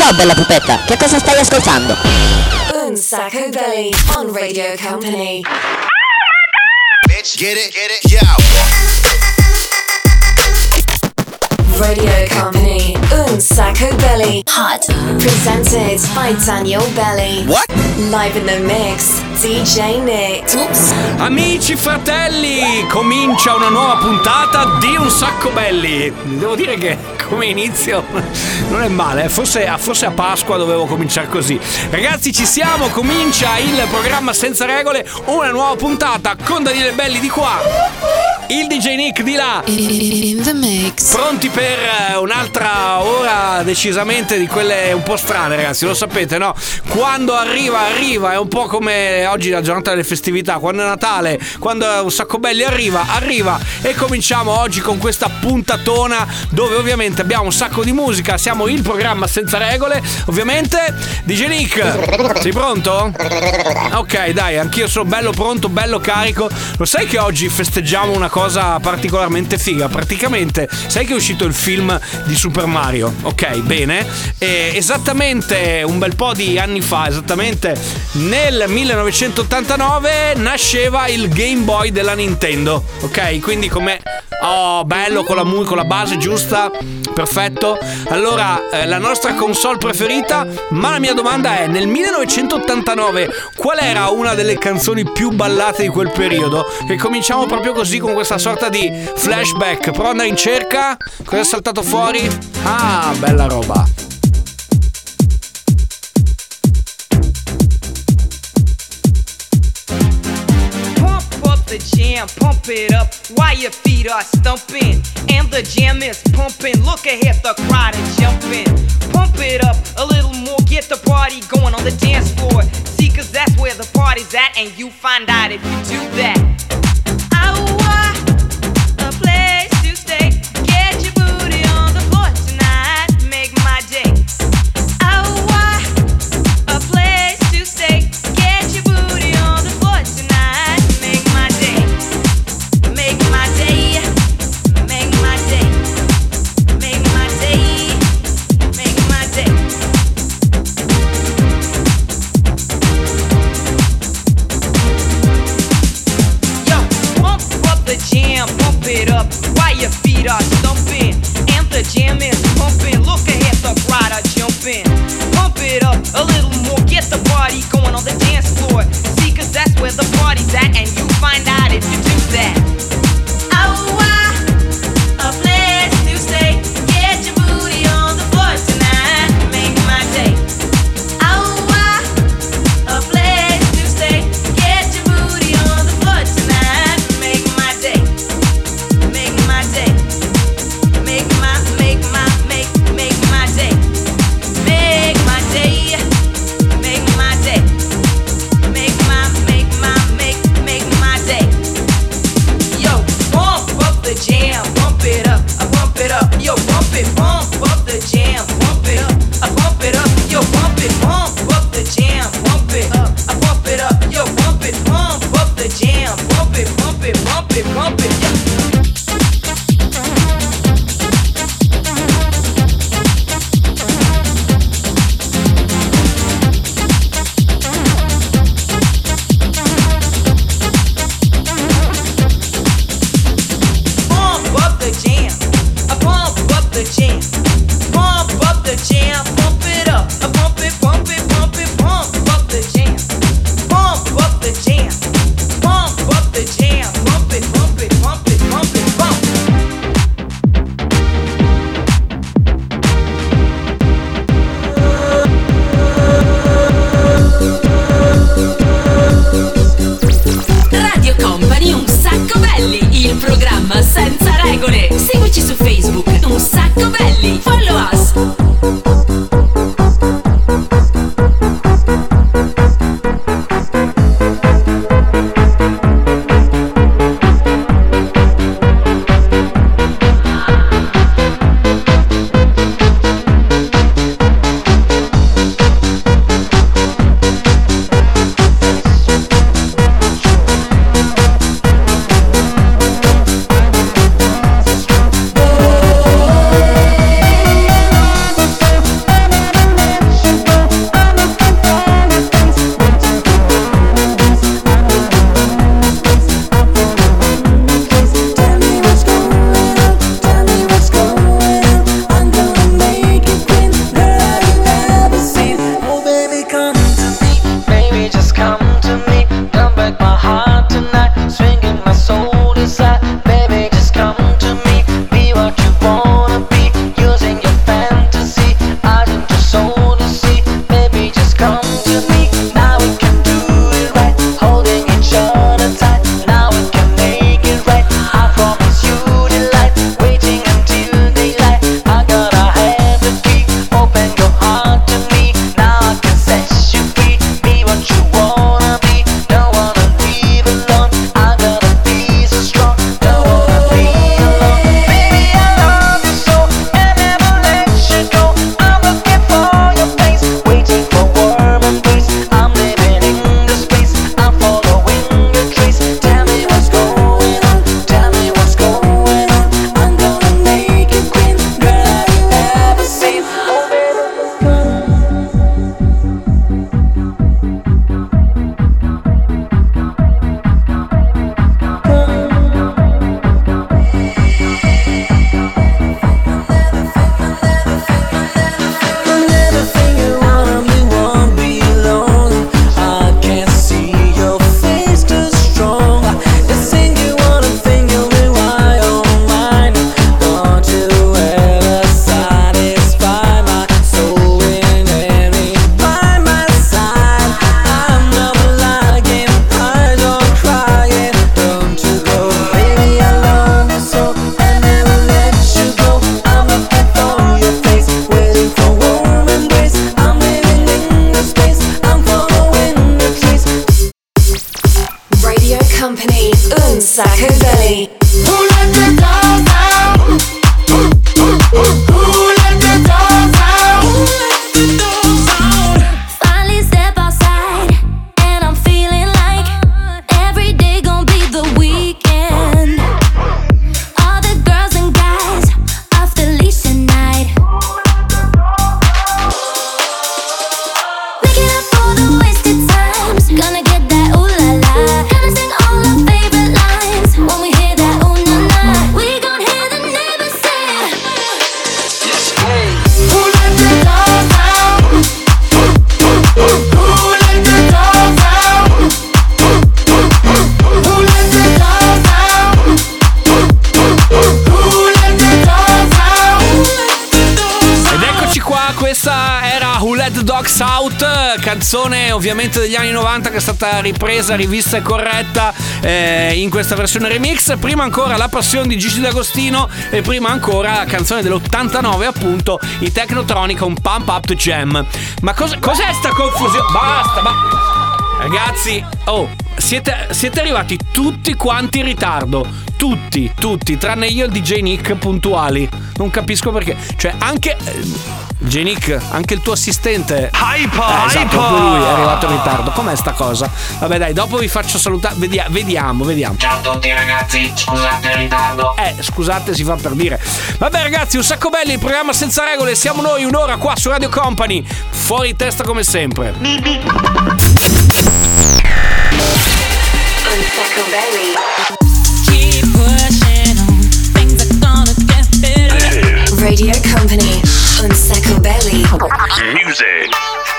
Ciao bella pupetta, che cosa stai ascoltando? Un Sacco Belly on Radio Company. Bitch, get it, yo. Radio Company, Un Sacco Belly. Hot. Presented by Daniel Belly. What? Live in the mix, DJ Nick. Oops. Amici fratelli, comincia una nuova puntata di Un Sacco Belli. Devo dire che come inizio non è male, forse a Pasqua dovevo cominciare così. Ragazzi, ci siamo, comincia il programma Senza Regole, una nuova puntata con Daniele Belli di qua, il DJ Nick di là. In the mix. Pronti per un'altra ora decisamente di quelle un po' strane, ragazzi, lo sapete, no? Quando arriva, è un po' come oggi la giornata delle festività, quando è Natale, quando Un Sacco Belli arriva e cominciamo oggi con questa puntatona dove ovviamente abbiamo un sacco di musica, siamo il programma Senza Regole, ovviamente. DJ Nick, sei pronto? Ok, dai, anch'io sono bello pronto, bello carico. Lo sai che oggi festeggiamo una cosa particolarmente figa? Praticamente, sai che è uscito il film di Super Mario? Ok, bene. E esattamente un bel po' di anni fa, esattamente nel 1989 nasceva il Game Boy della Nintendo. Ok, quindi come... Oh, bello, con la base giusta, perfetto. Allora, la nostra console preferita, ma la mia domanda è, nel 1989 qual era una delle canzoni più ballate di quel periodo? E cominciamo proprio così, con questa sorta di flashback. Provo ad andare in cerca. Cosa è saltato fuori? Ah, bella roba. The jam, pump it up while your feet are stumping. And the jam is pumping, look ahead, the crowd is jumping. Pump it up a little more, get the party going on the dance floor. See, cause that's where the party's at, and you find out if you do that. A place to stay, get your booty on the floor tonight, make my day. A place to stay, get your booty on the floor tonight, make my day. Make my day, make my day, make my day, make my day. Yo, pump up the jam, pump it up while your feet are stumping. And the jam is pumping, look ahead, the crowd are jumping. Pump it up a little more, get the party going on the dance floor. See, cause that's where the party's at, and you find out if you do that. A place to stay, get your booty on the floor tonight, make my day. A place to stay, get your booty on the floor tonight, make my day. Make my day. Make my day. Make my day. Make my day. Make my day. Yo, pump up the jam, pump it up, I pump it up. Yo, pump it, pump up the jam, pump it up, I pump it up. Yo, pump it, pump up the jam, pump it up, I pump it up. Yo, pump it, pump up the jam, pump it, pump it, pump it, pump it. Yeah. Pump up the jam, I pump up the jam, pump up the jam, pump it up, I pump it, pump it, pump it, pump up the jam, pump up the jam, pump up the jam, pump it, pump it, pump it, pump Sacco Belly. Finally step outside, and I'm feeling like every day gonna be the weekend. All the girls and guys off the leash tonight. Making up for the wasted times, gonna get that ooh la la. Gonna sing all our favorite lines when we hear that ooh na na. We gon' hear the neighbors sing. Who let the dogs out? Who let the dogs out? Who let the dogs out? Who let the dogs out? Ed eccoci qua, questa era Who Let the Dogs Out, canzone ovviamente degli anni 90 che è stata ripresa, rivista e corretta in questa versione remix. Prima ancora La Passione di Gigi D'Agostino e prima ancora la canzone dell'89, appunto, i Technotronica, un Pump Up the Jam. Ma cos'è sta confusione? Basta, ragazzi, siete arrivati tutti quanti in ritardo. Tutti, tranne io e il DJ Nick puntuali. Non capisco perché. Cioè, anche DJ Nick, anche il tuo assistente esatto, proprio lui è arrivato in ritardo. Com'è sta cosa? Vabbè dai, dopo vi faccio salutare. Vediamo. Ciao a tutti ragazzi, scusate il ritardo. Scusate, si fa per dire. Vabbè ragazzi, un sacco belli, il programma senza regole. Siamo noi un'ora qua su Radio Company. Fuori testa come sempre. Un Sacco Belly. Radio Company, Un Sacco Belly. Music.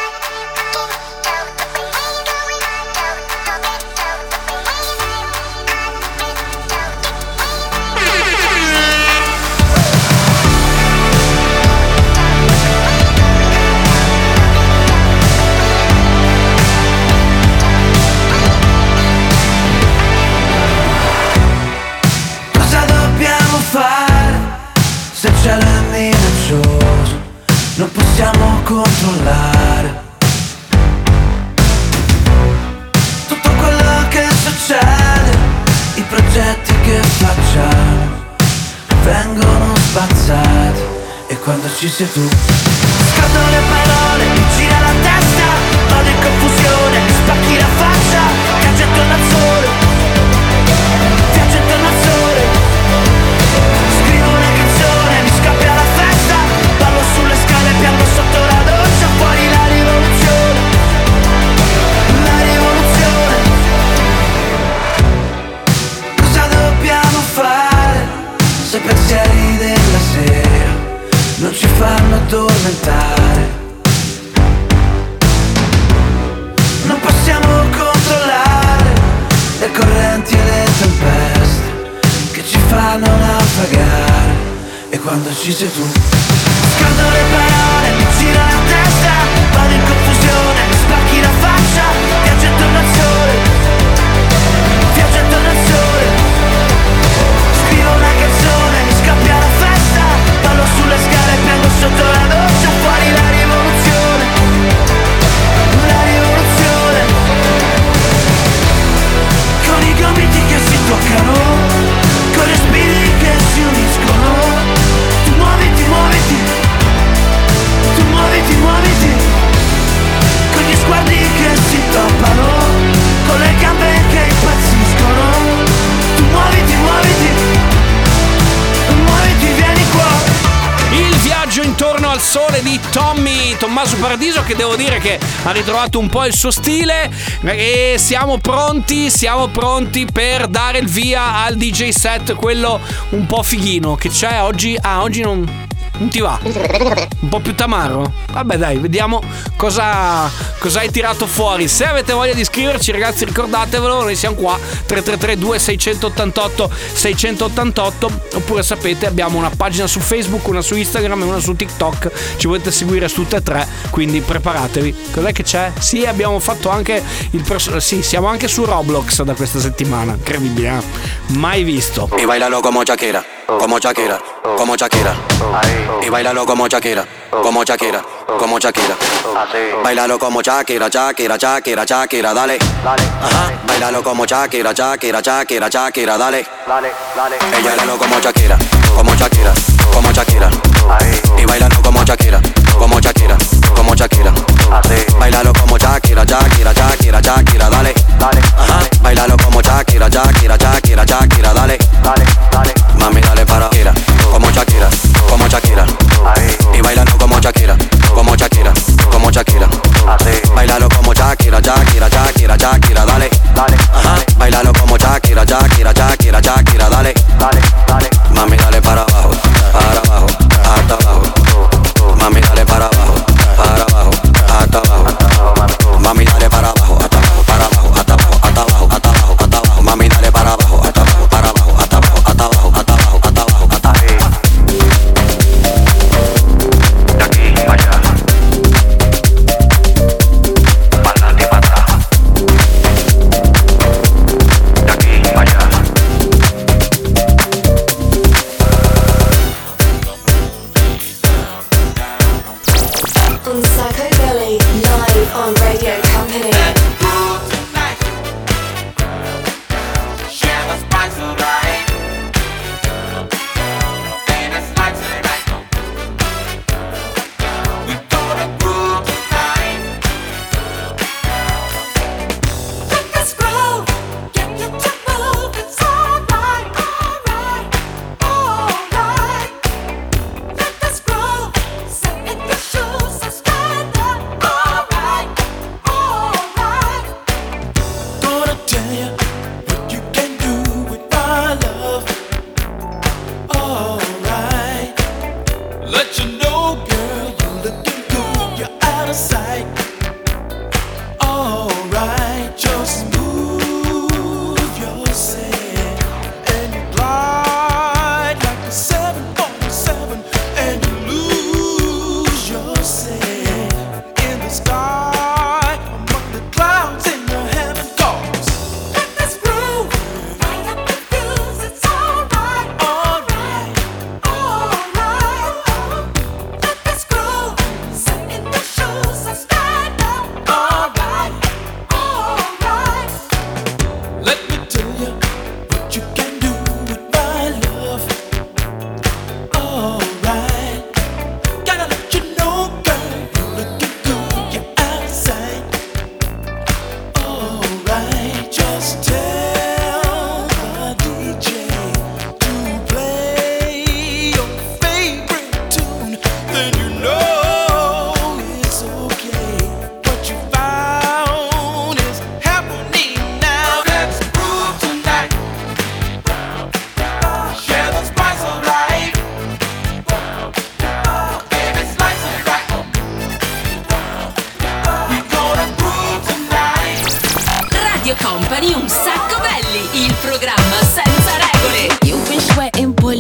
Cosa dobbiamo fare se il cielo è minaccioso? Non possiamo controllare tutto quello che succede, i progetti che facciamo vengono spazzati. E quando ci sei tu scattano le parole, mi gira la testa, vado in confusione, mi spacchi la faccia, viaggio intorno al sole, viaggio intorno al sole. Scrivo una canzone, mi scappia la festa, ballo sulle scale, piango sotto la doccia, fuori la rivoluzione, la rivoluzione. Cosa dobbiamo fare se i pensieri della sera non ci fanno addormentare? Non possiamo controllare le correnti e le tempeste, quando ci sei tu. Scordo le parole, mi gira la testa, vado in confusione, mi spacchi la faccia, viaggio intorno al sole, viaggio intorno al sole. Scrivo una canzone, mi scappia la festa, ballo sulle scale, piango sotto la doccia, fuori la rivoluzione, la rivoluzione. Con i gomiti che si toccano, con i respiri che si uniscono. Tu muoviti, muoviti, tu muoviti, muoviti, con gli sguardi che si toppano, con le gambe che impazziscono. Tu muoviti, muoviti, muoviti, vieni qua. Il viaggio intorno al sole di Tommaso Paradiso, che devo dire che ha ritrovato un po' il suo stile, e siamo pronti per dare il via al DJ set, quello un po' fighino che c'è oggi. Oggi non ti va? Un po' più tamarro? Vabbè dai, vediamo cosa hai tirato fuori. Se avete voglia di iscriverci, ragazzi, ricordatevelo, noi siamo qua 333 688 688, oppure sapete abbiamo una pagina su Facebook, una su Instagram e una su TikTok, ci potete seguire su tutte e tre, quindi preparatevi. Cos'è che c'è? Sì, abbiamo fatto anche sì, siamo anche su Roblox da questa settimana, incredibile, eh? Mai visto. E bailalo como Shakira, como Shakira, como Shakira. Y bailalo como Shakira, como Shakira, como Shakira. Bailalo como Shakira, Shakira, Shakira, Shakira, dale. Ajá. Bailalo como Shakira, Shakira, Shakira, Shakira, dale. Ella bailalo como Shakira, como Shakira, como Shakira. Y bailalo como Shakira, como Shakira, como Shakira. Bailalo como Shakira, Shakira, Shakira, Shakira, dale. Ajá. Bailalo como Shakira, Shakira, Shakira, Shakira, dale. Mami, dale para Shakira, como Shakira, como Shakira. Y bailalo como Shakira, como Shakira, como Shakira. Bailalo como Shakira, Shakira, Shakira, Shakira, dale. Ajá. Bailalo como Shakira, Shakira, Shakira, Shakira, dale. Mami, dale para abajo, hasta abajo. Mami, dale para abajo, hasta abajo. Mami, dale para abajo, hasta abajo, para abajo, hasta abajo, hasta abajo, hasta abajo, hasta abajo. Mami, dale para abajo, hasta abajo, para abajo, hasta abajo, hasta abajo, hasta abajo, hasta abajo, hasta abajo.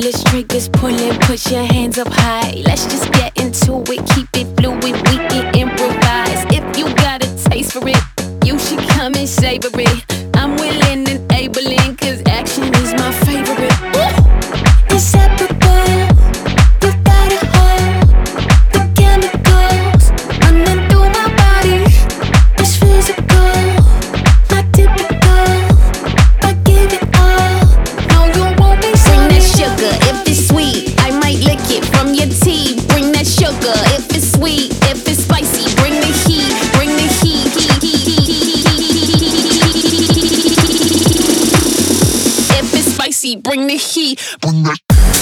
the triggers pulling, put your hands up high. Let's just get into it, keep it fluid, we can improvise. If you got a taste for it, you should come and savor it. I'm willing and able, cause action is my favorite. Inseparable, you gotta hold the chemicals running through my body. It's physical, not typical. I give it all, no you won't be sorry. Bring that sugar, if it's sweet, I might lick it from your teeth. Bring that sugar, if it's sweet, if it's spicy, bring the heat, bring the heat. If it's spicy, bring the heat. Bring that.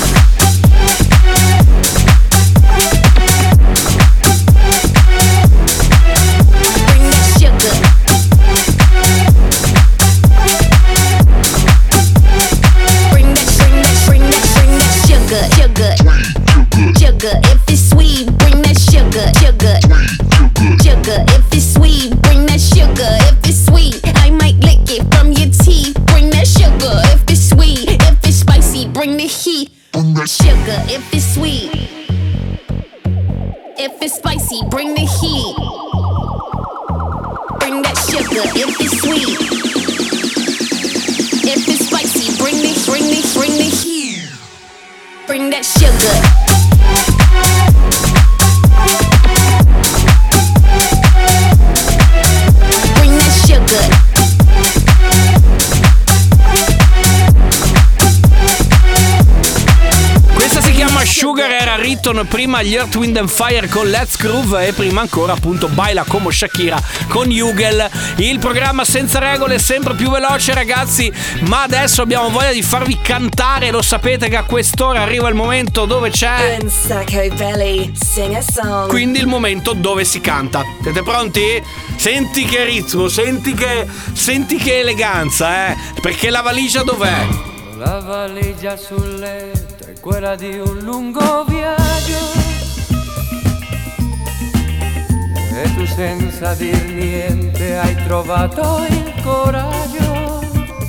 Sugar, if it's sweet, bring that sugar. Sugar, sugar, if it's sweet, bring that sugar. If it's sweet, I might lick it from your teeth. Bring that sugar, if it's sweet, if it's spicy, bring the heat. Sugar, if it's sweet, if it's spicy, bring the heat. Bring that sugar, if it's sweet, if it's spicy, bring the heat. Bring that sugar. Questa si chiama Sugar, era Riton, prima gli Earth, Wind and Fire con Let's Groove e prima ancora appunto Baila como Shakira con Hugel. Il programma senza regole, sempre più veloce ragazzi, ma adesso abbiamo voglia di farvi cantare. Lo sapete che a quest'ora arriva il momento dove c'è Un Sacco Belly, sing a song. Quindi il momento dove si canta. Siete pronti? Senti che ritmo, senti che eleganza, perché la valigia dov'è? La valigia sul letto è quella di un lungo viaggio e tu senza dir niente hai trovato il coraggio,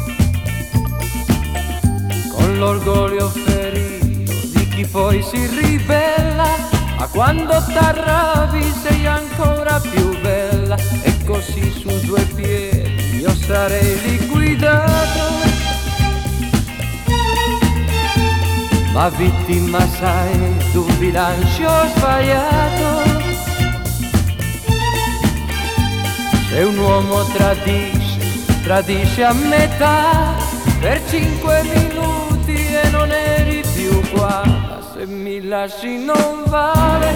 con l'orgoglio ferito di chi poi si ribella, ma quando t'arrabbi sei ancora più bella, e così su due piedi io sarei liquidato, ma vittima sai d'un bilancio sbagliato. Se un uomo tradisce a metà per 5 minuti e non eri più qua, ma se mi lasci non vale,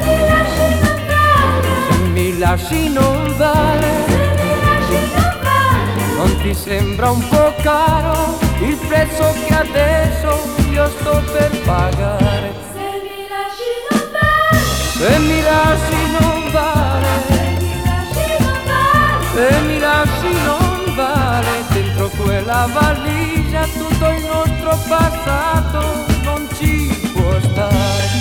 se mi lasci non vale, non ti sembra un po' caro il prezzo che adesso io sto per pagare? Se mi lasci non vale, se mi lasci non vale, se mi lasci non vale, dentro quella valigia tutto il nostro passato non ci può stare.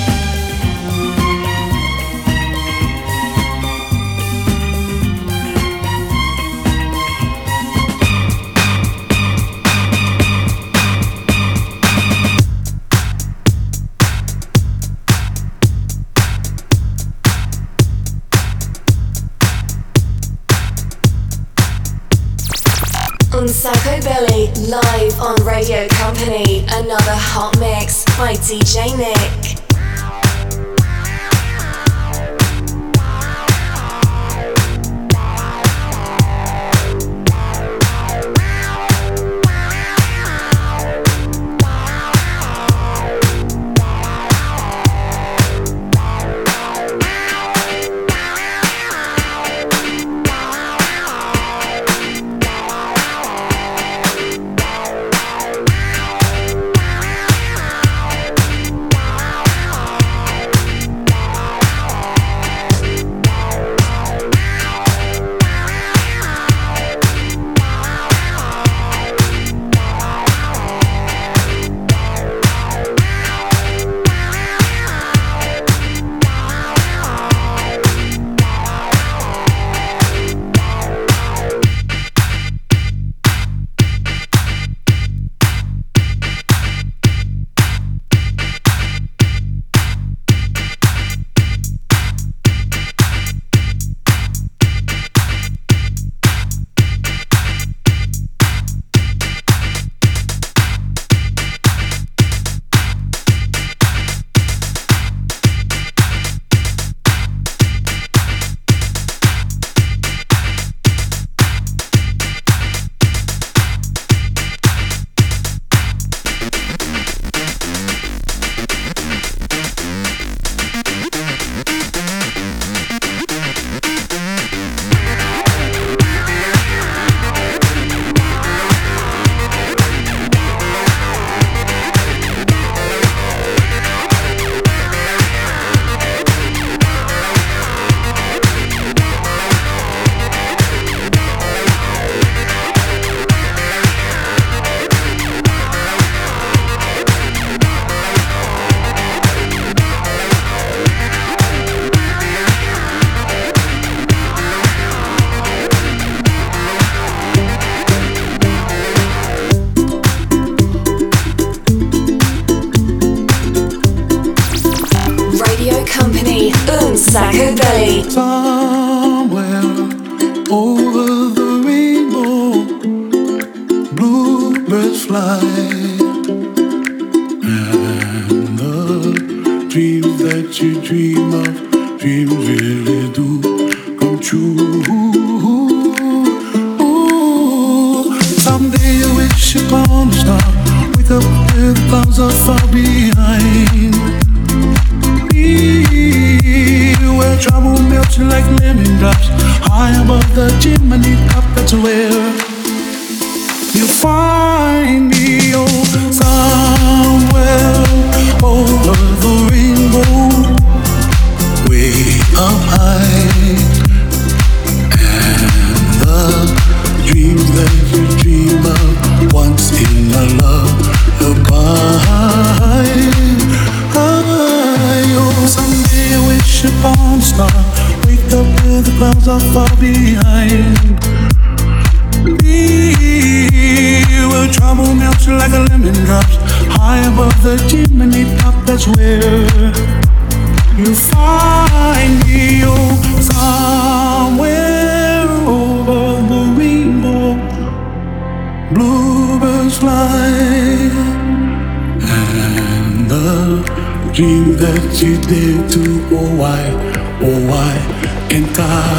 Un Sacco Belly, live on Radio Company. Another hot mix by DJ Nick. Company, un sacco belly. Somewhere over the rainbow, bluebirds fly, and the dreams that you dream of, dreams really do come true. Ooh, someday you wish upon a star, wake up with clouds are far behind. Where trouble melts like lemon drops, high above the chimney top, that's where you find me. Oh, somewhere over the rainbow, way up high, and the dreams that you dream of once in a lullaby. Someday I wish upon a star, wake up where the clouds are far behind. Be where trouble melts like a lemon drops, high above the chimney top, that's where you find me. Oh, somewhere over the rainbow, bluebirds fly, and the dream that you did to, oh why can't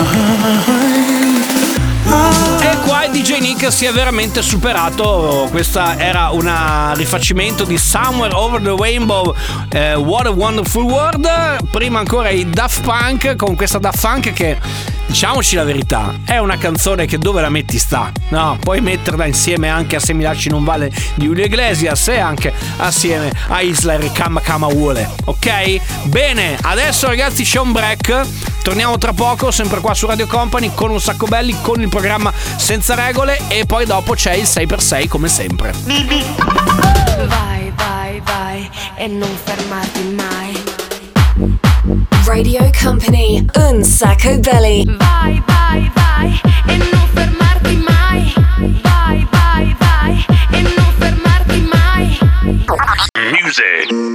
E qua il DJ Nick si è veramente superato. Questa era un rifacimento di Somewhere Over the Rainbow, What a Wonderful World. Prima ancora i Daft Punk con questa Daft Punk che, diciamoci la verità, è una canzone che dove la metti sta, no? Puoi metterla insieme anche a Se mi lasci non vale di Julio Iglesias e anche assieme a Isla e Kama Kama Wuole, ok? Bene, adesso ragazzi c'è un break, torniamo tra poco sempre qua su Radio Company con un sacco belli, con il programma Senza Regole, e poi dopo c'è il 6x6 come sempre. Vai, vai, vai e non fermarti mai. Radio Company, un sacco belly. Vai, vai, vai e non fermarti mai. Vai, vai, vai e non fermarti mai. Music.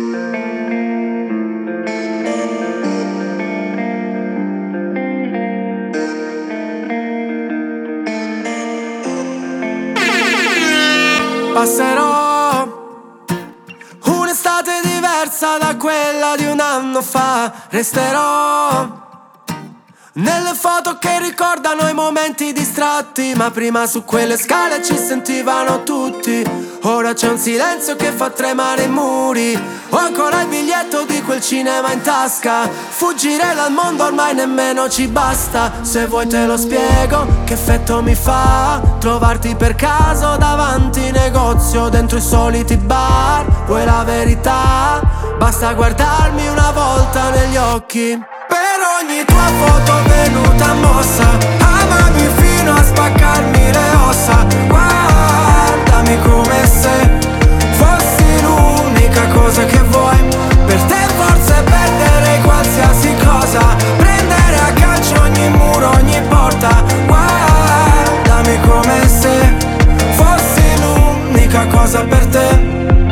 Passerò un'estate diversa da quella di un anno fa. Resterò nelle foto che ricordano i momenti distratti, ma prima su quelle scale ci sentivano tutti. Ora c'è un silenzio che fa tremare i muri. Ho ancora il biglietto di quel cinema in tasca. Fuggire dal mondo ormai nemmeno ci basta. Se vuoi te lo spiego che effetto mi fa trovarti per caso davanti negozio, dentro i soliti bar. Vuoi la verità? Basta guardarmi una volta negli occhi. Per ogni tua foto venuta mossa, amami fino a spaccarmi le ossa. Guardami come se fossi l'unica cosa che vuoi. Per te forse perdere qualsiasi cosa, prendere a calcio ogni muro, ogni porta. Guardami come se fossi l'unica cosa per te.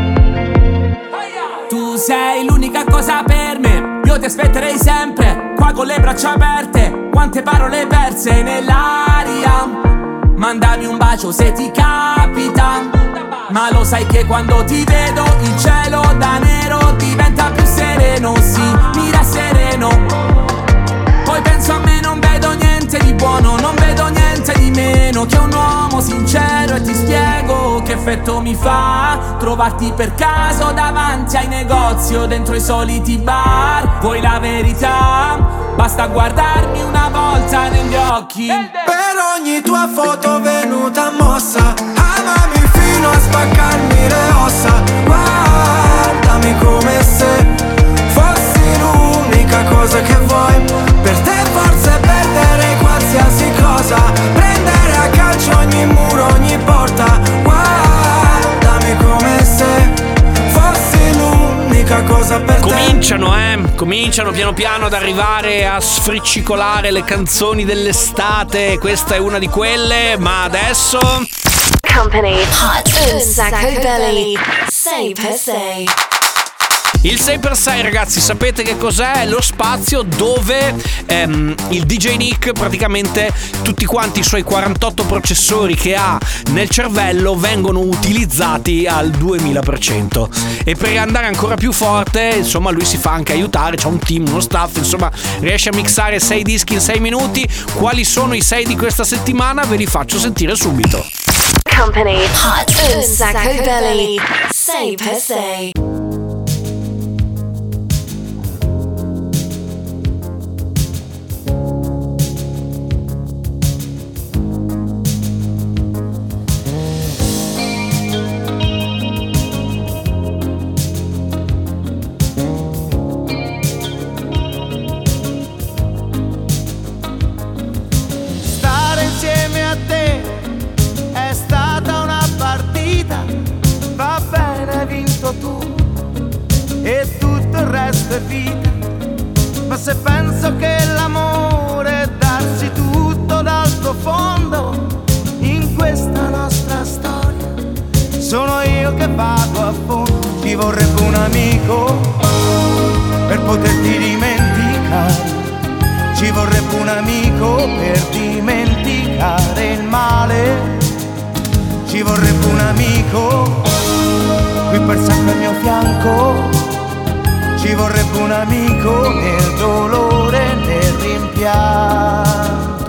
Tu sei l'unica cosa per me, io ti aspetterei sempre, qua con le braccia aperte. Quante parole perse nell'aria, mandami un bacio se ti capita. Ma lo sai che quando ti vedo il cielo da nero diventa più sereno, sì, mi rassereno. Poi penso a me, non vedo niente di buono, non vedo niente di meno che un uomo sincero, e ti spiego che effetto mi fa trovarti per caso davanti ai negozi o dentro i soliti bar. Vuoi la verità? Basta guardarmi una volta negli occhi. Per ogni tua foto venuta mossa, amami fino a spaccarmi le ossa. Guardami come se fossi l'unica cosa che vuoi. Per te forse perdere qualsiasi cosa, prendere a calcio ogni muro, ogni porta. Guardami come se fossi l'unica cosa per te. Cominciano piano piano ad arrivare a sfriccicolare le canzoni dell'estate. Questa è una di quelle, ma adesso Company, hot un sacco belly, 6x6. Il 6x6, ragazzi, sapete che cos'è? Lo spazio dove il DJ Nick praticamente tutti quanti i suoi 48 processori che ha nel cervello vengono utilizzati al 2000%. E per andare ancora più forte, insomma, lui si fa anche aiutare, c'ha un team, uno staff, insomma, riesce a mixare 6 dischi in 6 minuti. Quali sono i 6 di questa settimana? Ve li faccio sentire subito. Company Hot Un Sacco Belly 6x6. Ma se penso che l'amore è darsi tutto dal profondo in questa nostra storia, sono io che vado a fondo. Ci vorrebbe un amico per poterti dimenticare, ci vorrebbe un amico per dimenticare il male, ci vorrebbe un amico qui per sempre al mio fianco. Ci vorrebbe un amico nel dolore, nel rimpianto.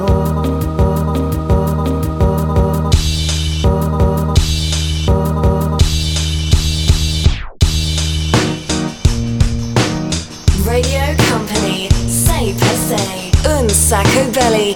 Radio Company 6x6 Un Sacco Belly.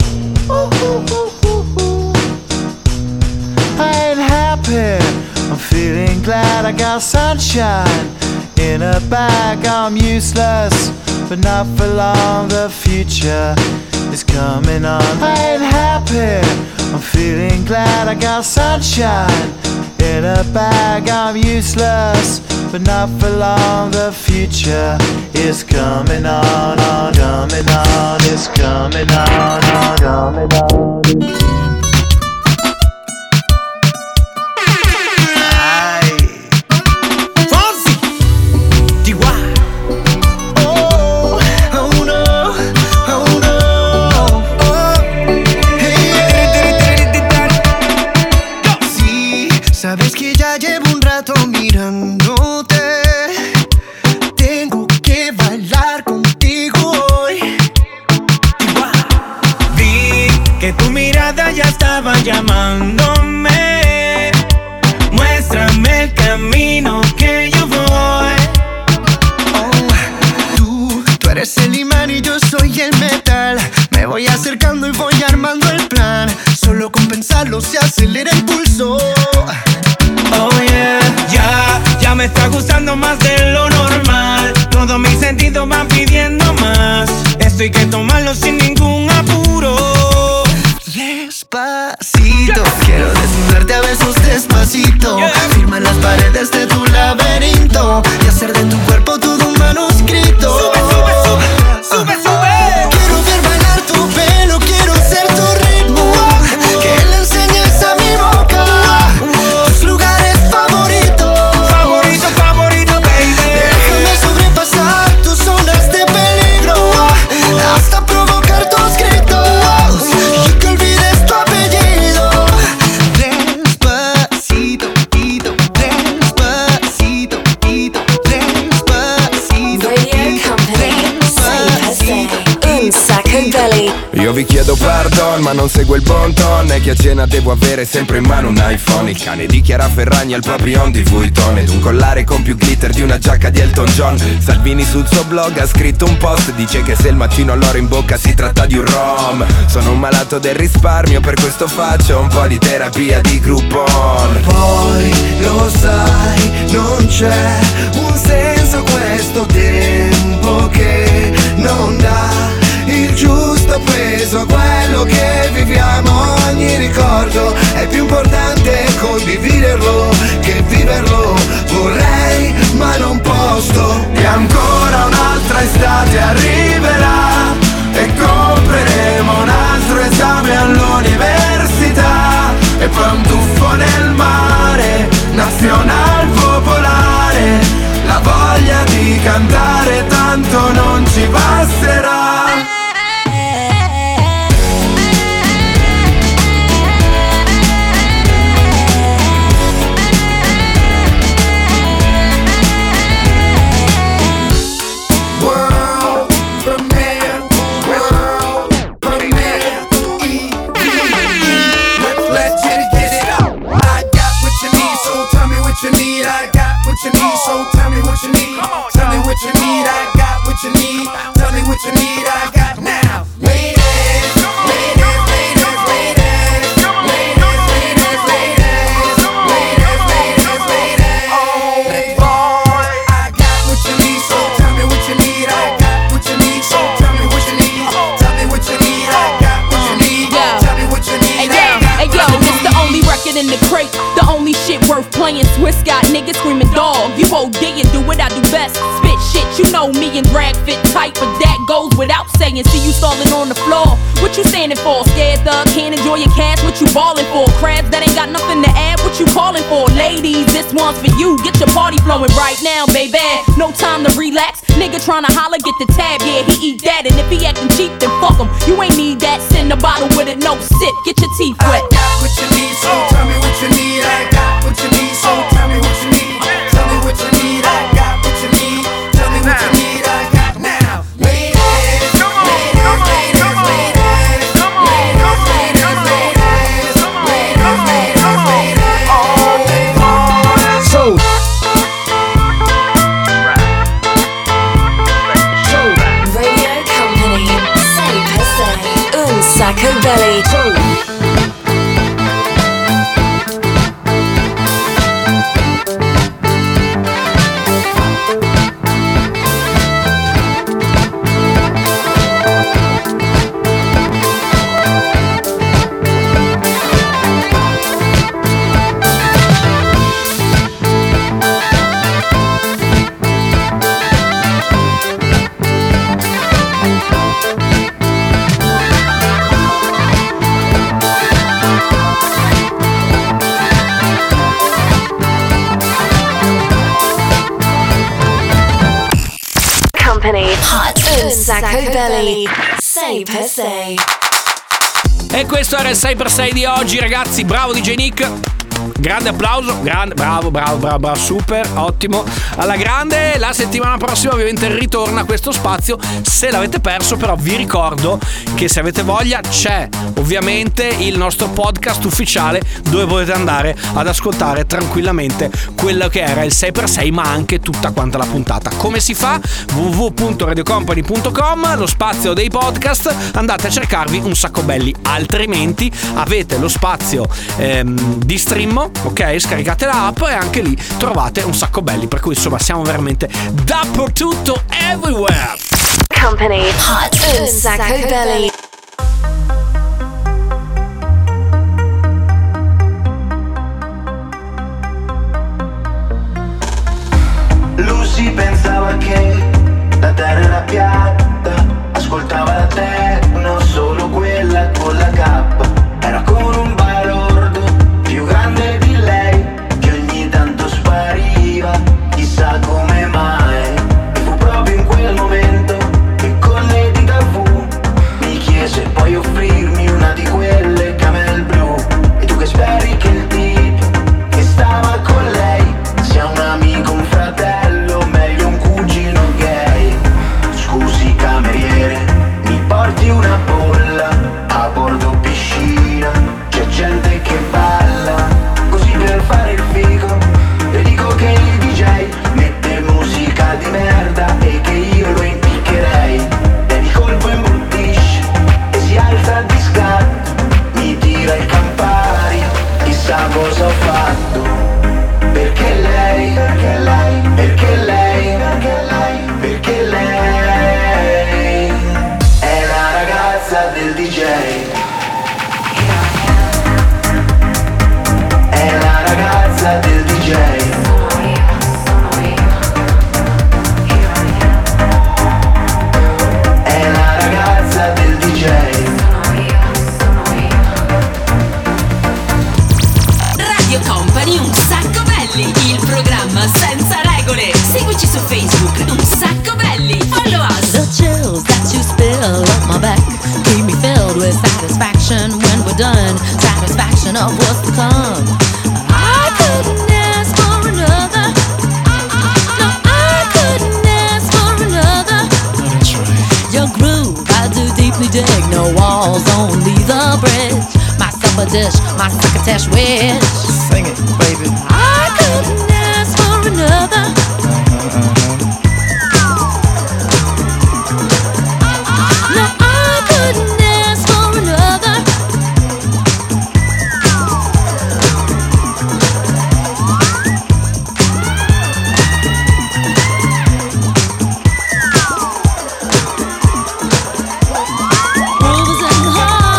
I ain't happy, I'm feeling glad I got sunshine in a bag. I'm useless, but not for long. The future is coming on. I ain't happy, I'm feeling glad I got sunshine in a bag. I'm useless, but not for long. The future is coming on, coming on, it's coming on, coming on. Sabes que ya llevo un rato mirándote. Tengo que bailar contigo hoy. Vi que tu mirada ya estaba llamándome. Muéstrame el camino que yo voy. Tú eres el imán y yo soy el metal. Me voy acercando y voy armando el plan. Solo con pensarlo se acelera el pulso. Oh yeah, ya me está gustando más de lo normal. Todos mis sentidos van pidiendo más. Esto hay que tomarlo sin ningún apuro. Despacito, quiero desnudarte a besos despacito. Firma las paredes de tu laberinto y hacer de tu cuerpo todo un manuscrito. Sube, sube, sube, sube, sube. Quiero ver bailar tu pelo, quiero ser tu ritmo. Que le enseñes a mi boca tus lugares favoritos. Favorito, favorito, baby. Déjame sobrepasar tus zonas de peligro hasta provocar tus gritos y que olvides tu apellido. Despacito, quito, despacito, quito, despacito. Radio Company 6x6 Un Sacco Belly. Io vi chiedo pardon ma non seguo il bon ton. E che a cena devo avere sempre in mano un iPhone. Il cane di Chiara Ferragni al papillon di Vuitton. Ed un collare con più glitter di una giacca di Elton John. Salvini sul suo blog ha scritto un post. Dice che se il mattino all'oro in bocca si tratta di un rom. Sono un malato del risparmio, per questo faccio un po' di terapia di Groupon. Poi lo sai, non c'è un senso a questo tempo che non dà il giusto peso a quello che viviamo. Ogni ricordo è più importante condividerlo che viverlo. Vorrei ma non posso. E ancora un'altra estate arriverà e compreremo un altro esame all'università. E poi un tuffo nel mare, nazional popolare, la voglia di cambiare cantare tanto non ci basterà. You need, I got what you need, so tell me what you need. Tell me what you need, I got what you need. Tell me what you need, I got now. Ladies, ladies, ladies, ladies, ladies, ladies, ladies, ladies, ladies, ladies. Oh boy, I got what you need, so tell me what you need. I got what you need, so tell me what you need. Tell me what you need, I got what you need. Tell me what you need. Hey yo, it's the only record in the crate, the only shit worth playing. Swiss got niggas screaming dog. You OD and do what I do best. Spit shit, you know me and drag fit tight, but that goes without saying. See you stalling on the floor. What you standing for? Scared thug, can't enjoy your cash. What you ballin' for? Crabs that ain't got nothing to add. What you calling for? Ladies, this one's for you. Get your party flowing right now, baby. No time to relax. Nigga tryna holler, get the tab. Yeah, he eat that, and if he acting cheap, then fuck him. You ain't need that. Send a bottle with it, no sip. Get your teeth wet. I got what you need, so tell me what you need. I got what you need, so tell me what you need. Tell me what you need. I got what you need. Tell me what you need. I got now. Ladies, ladies, ladies, ladies, ladies, ladies, ladies, ladies, ladies. Oh, so. Radio Company, sei per sei, un sacco belly. Hot un sacco belly, sei per sei. E questo era il 6x6 di oggi, ragazzi. Bravo DJ Nick. Grande applauso, grande, bravo, super, ottimo. Alla grande. La settimana prossima ovviamente ritorna questo spazio. Se l'avete perso, però vi ricordo che se avete voglia c'è ovviamente il nostro podcast ufficiale dove potete andare ad ascoltare tranquillamente quello che era il 6x6, ma anche tutta quanta la puntata. Come si fa? www.radiocompany.com, lo spazio dei podcast, andate a cercarvi un sacco belli. Altrimenti avete lo spazio di stream, ok? Scaricate l'app e anche lì trovate un sacco belli. Per cui insomma siamo veramente dappertutto, everywhere. Company Hot un sacco belly. Lucy pensava che la terra era piatta, ascoltava la techno, solo quella con la K. Era con un balordo più grande di lei, che ogni tanto spariva, chissà come mai. E fu proprio in quel momento che con le dita fu, mi chiese puoi offrirmi una di quelle camel blu. E tu che speri che il tipo che stava con lei sia un amico, un fratello, meglio un cugino gay. Scusi cameriere, mi porti una bolla a bordo piscina. Facebook, Un Sacco Belli. Follow us. The chills that you spill up my back keep me filled with satisfaction when we're done. Satisfaction of what's to come. I couldn't ask for another. No, I couldn't ask for another. That's right. Your groove, I do deeply dig. No walls, only the bridge. My supper dish, my succotash wish. Sing it, baby. I couldn't ask for another. No, I couldn't ask for another. Groove is in the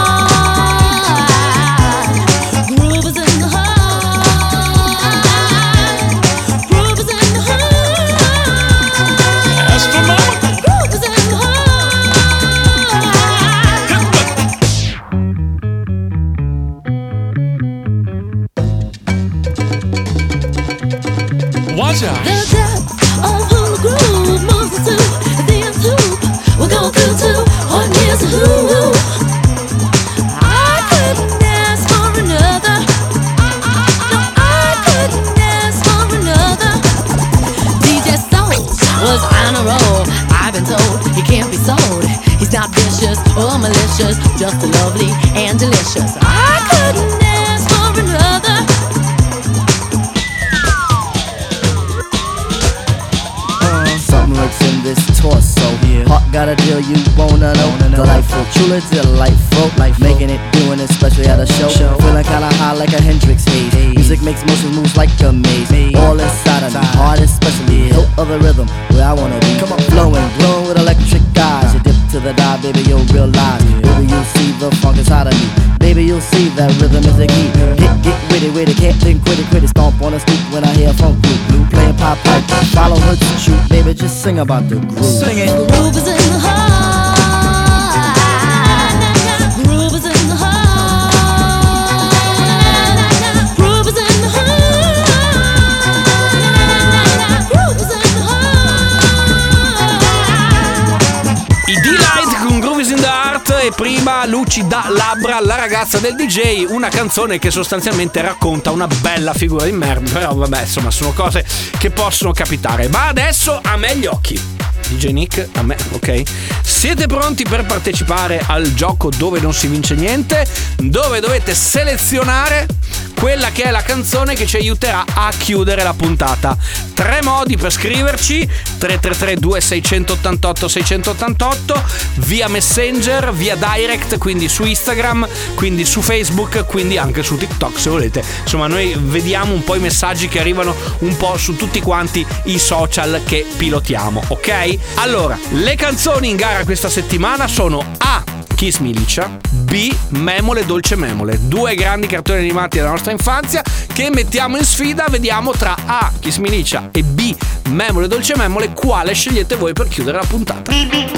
heart. Groove is in the heart. Groove is in the heart. Ask for mama. Groove is in the Watch out. The depth of who the groove moves us to the nth hoop. We'll go through to what needs a who. I couldn't ask for another. No, I couldn't ask for another. DJ Soul was on a roll. I've been told he can't be sold. He's not vicious or malicious, just lovely and delicious. I couldn't ask for another. Something lurks in this torso. Heart got a deal you wanna know. Delightful, truly delightful. Making it, doing it, especially at a show. Feeling kinda high like a Hendrix haze. Music makes motion moves like a maze. All inside of me, heart especially. Hilt of the rhythm, where I wanna be. Come on, flowing, glowing with electric eyes. You dip to the dive, baby, you'll realize. Baby, you'll see the funk inside of me. Baby, you'll see that rhythm is the key. Get witty, can't think, quit it. Stomp on the stoop when I hear funk blue. Playing pop pipe, follow her to shoot. Baby, just sing about the groove. Sing it. The groove is in the heart. The groove is in the heart. Groove is in the heart. Groove is in the heart. I D-Light con Groove is in the Heart e prima Luci da Labbra, la ragazza del DJ, una canzone che sostanzialmente racconta una bella figura di merda, però vabbè, insomma, sono cose che possono capitare. Ma adesso a me gli occhi. DJ Nick, a me, ok? Siete pronti per partecipare al gioco dove non si vince niente? Dove dovete selezionare quella che è la canzone che ci aiuterà a chiudere la puntata. 3 modi per scriverci: 333 2688 688, via Messenger, via Direct, quindi su Instagram, quindi su Facebook, quindi anche su TikTok se volete. Insomma, noi vediamo un po' i messaggi che arrivano un po' su tutti quanti i social che pilotiamo, ok? Allora, le canzoni in gara questa settimana sono A. Kiss Me Licia, B. Memole Dolce Memole, 2 grandi cartoni animati della nostra infanzia che mettiamo in sfida. Vediamo tra A. Kiss Me Licia e B. Memole Dolce Memole quale scegliete voi per chiudere la puntata.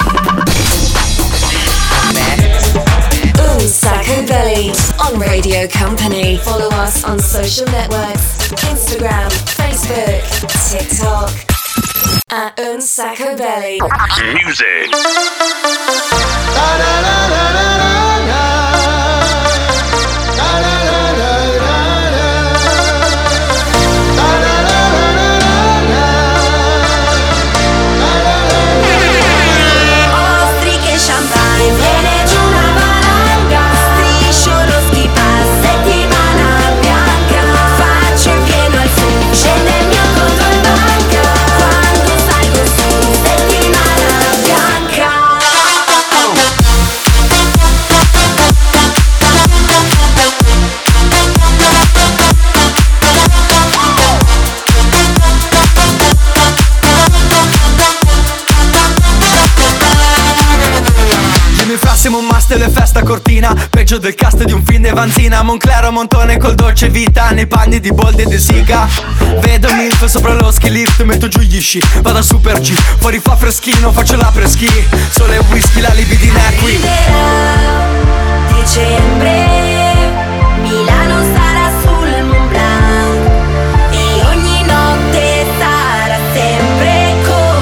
Un Sacco Belly on Radio Company. Follow us on social networks: Instagram, Facebook, TikTok. At Un Sacco Belly. Music. Ostriche, champagne, viene giù una valanga. Striscio lo ski pass, settimana bianca. Faccio il pieno al sud, scende il mio conto in banca. Quando salgo su, settimana bianca. Siamo un master e festa cortina, peggio del cast di un film di Vanzina. Monclero Montone col dolce vita, nei panni di Bold e De Sica. Vedo Milf sopra lo ski lift, metto giù gli sci, vado a Super G, fuori fa freschino, faccio la preschi. Sole e whisky, la libidina è qui. Dicembre, Milano sarà sul Mont Blanc e ogni notte sarà sempre così.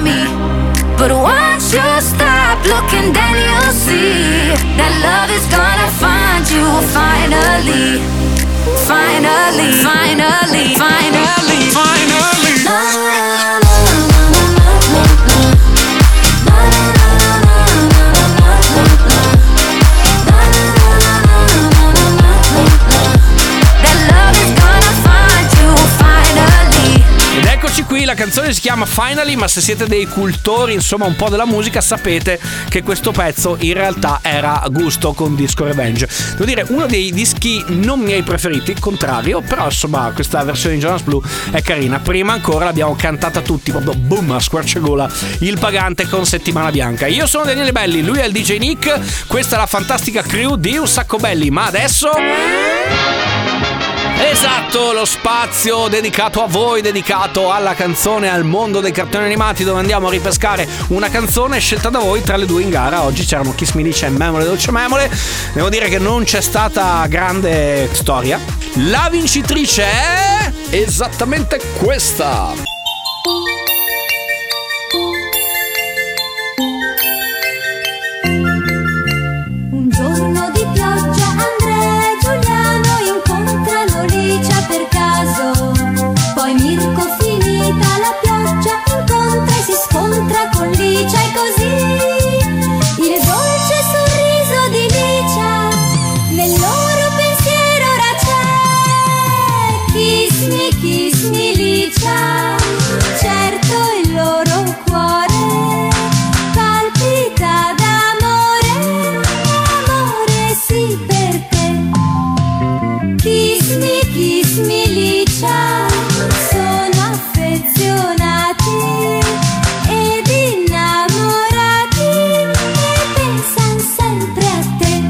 want me. But once you stop looking, then you'll see that love is gonna find you finally. Finally, finally, finally, finally. Ed eccoci qui, la canzone si chiama Finally, ma se siete dei cultori, insomma, un po' della musica, sapete che questo pezzo in realtà era a gusto con Disco Revenge. Devo dire, uno dei dischi non miei preferiti, contrario, però insomma questa versione di Jonas Blue è carina. Prima ancora l'abbiamo cantata tutti, proprio boom, a squarciagola, Il Pagante con Settimana Bianca. Io sono Daniele Belli, lui è il DJ Nick, questa è la fantastica crew di Un Sacco Belli, ma adesso... Esatto, lo spazio dedicato a voi, dedicato alla canzone, al mondo dei cartoni animati, dove andiamo a ripescare una canzone scelta da voi tra le due in gara. Oggi c'erano Kiss Me Licia e Memole Dolce Memole. Devo dire che non c'è stata grande storia. La vincitrice è esattamente questa. Un giorno di pioggia Andrea e Giuliano incontrano Licia per caso. Poi Mirko, finita la pioggia, incontra e si scontra con Licia e così il dolce sorriso di Licia nel loro pensiero ora c'è. Kiss me Licia, certo il loro cuore palpita d'amore, amore sì per te. Kiss me Licia, sono affezionati ed innamorati e pensano sempre a te.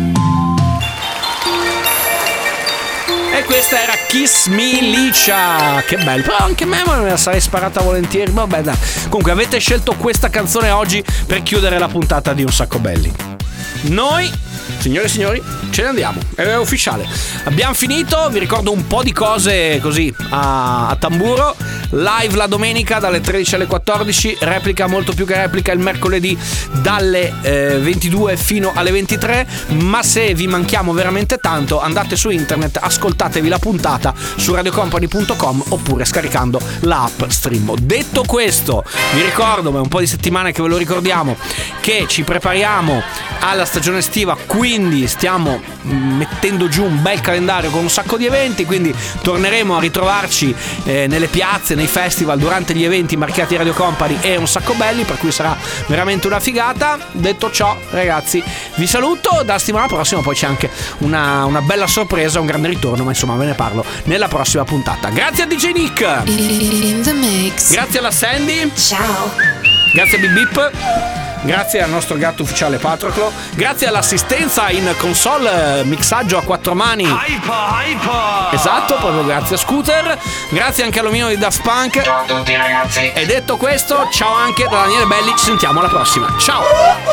E questa era Kiss Me Licia. Che bello. Però anche me la sarei sparata volentieri. Vabbè, dai. Comunque avete scelto questa canzone oggi per chiudere la puntata di Un Sacco Belli. Noi, signore e signori, ce ne andiamo. È ufficiale. Abbiamo finito. Vi ricordo un po' di cose così a tamburo. Live la domenica dalle 13 alle 14. Replica, molto più che replica, il mercoledì dalle 22 fino alle 23. Ma se vi manchiamo veramente tanto, andate su internet, ascoltatevi la puntata su radiocompany.com oppure scaricando l'app Streamo. Detto questo, vi ricordo, ma è un po' di settimane che ve lo ricordiamo, che ci prepariamo alla stagione estiva, quindi stiamo mettendo giù un bel calendario con un sacco di eventi, quindi torneremo a ritrovarci nelle piazze, nei festival, durante gli eventi marchiati Radio Company e Un Sacco Belli, per cui sarà veramente una figata. Detto ciò, ragazzi, vi saluto, da settimana prossima poi c'è anche una bella sorpresa, un grande ritorno, ma insomma ve ne parlo nella prossima puntata. Grazie a DJ Nick, In the mix. grazie alla Sandy, Ciao. grazie a Bip Bip, grazie al nostro gatto ufficiale Patroclo, grazie all'assistenza in console, mixaggio a quattro mani. Esatto, proprio grazie a Scooter, grazie anche all'omino di Daft Punk. Ciao a tutti ragazzi. E detto questo, ciao anche da Daniele Belli, ci sentiamo alla prossima. Ciao.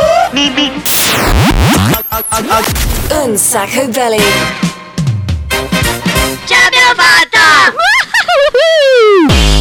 Un Sacco Belly. Ce l'abbiamo fatta!